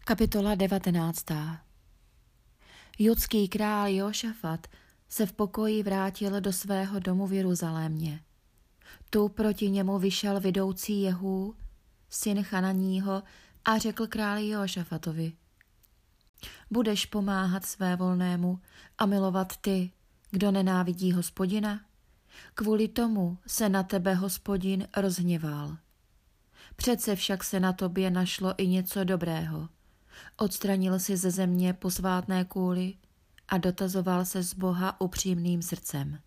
Kapitola 19. Judský král Jošafat se v pokoji vrátil do svého domu v Jeruzalémě. Tu proti němu vyšel vidoucí Jehú, syn Chananího, a řekl králi Jošafatovi: Budeš pomáhat svévolnému a milovat ty, kdo nenávidí Hospodina? Kvůli tomu se na tebe Hospodin rozhněval. Přece však se na tobě našlo i něco dobrého. Odstranil si ze země posvátné kůly a dotazoval se z Boha upřímným srdcem.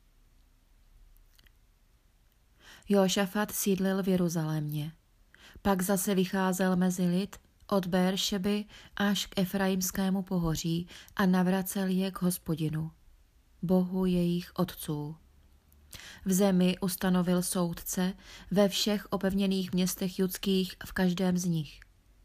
Jošafat sídlil v Jeruzalémě. Pak zase vycházel mezi lid od Beeršeby až k Efraimskému pohoří a navracel je k Hospodinu, Bohu jejich otců. V zemi ustanovil soudce ve všech opevněných městech judských v každém z nich.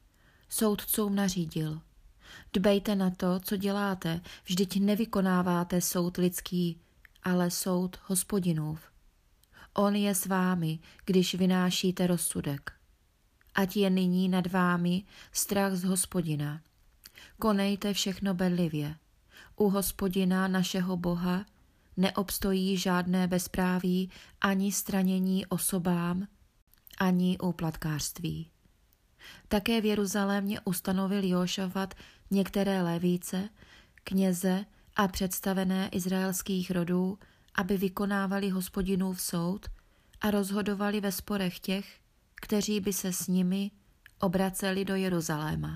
Soudcům nařídil: Dbejte na to, co děláte, vždyť nevykonáváte soud lidský, ale soud Hospodinův. On je s vámi, když vynášíte rozsudek. Ať je nyní nad vámi strach z Hospodina. Konejte všechno bedlivě. U Hospodina našeho Boha neobstojí žádné bezpráví ani stranění osobám, ani úplatkářství. Také v Jeruzalémě ustanovil Jošafat některé lévíce, kněze a představené izraelských rodů, aby vykonávali Hospodinův soud a rozhodovali ve sporech těch, kteří by se s nimi obraceli do Jeruzaléma.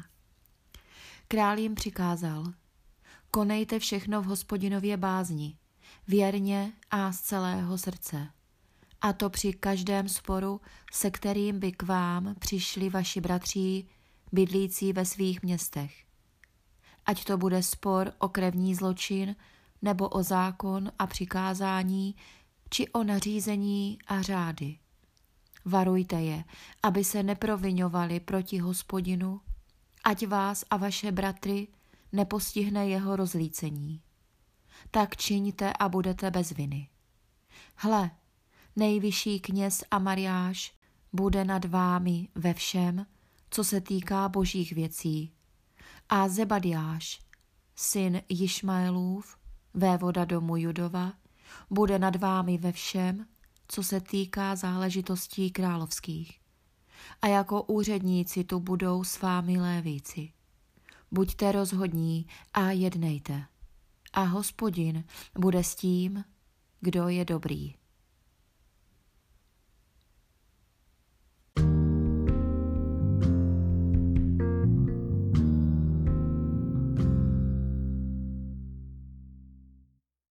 Král jim přikázal: Konejte všechno v Hospodinově bázni, věrně a z celého srdce. A to při každém sporu, se kterým by k vám přišli vaši bratří, bydlící ve svých městech. Ať to bude spor o krevní zločin, nebo o zákon a přikázání, či o nařízení a řády. Varujte je, aby se neproviňovali proti Hospodinu, ať vás a vaše bratry nepostihne jeho rozlícení. Tak čiňte a budete bez viny. Hle, nejvyšší kněz Amariáš bude nad vámi ve všem, co se týká božích věcí. A Zebadiáš, syn Jišmaelův, vévoda domu Judova, bude nad vámi ve všem, co se týká záležitostí královských. A jako úředníci tu budou s vámi lévíci. Buďte rozhodní a jednejte. A Hospodin bude s tím, kdo je dobrý.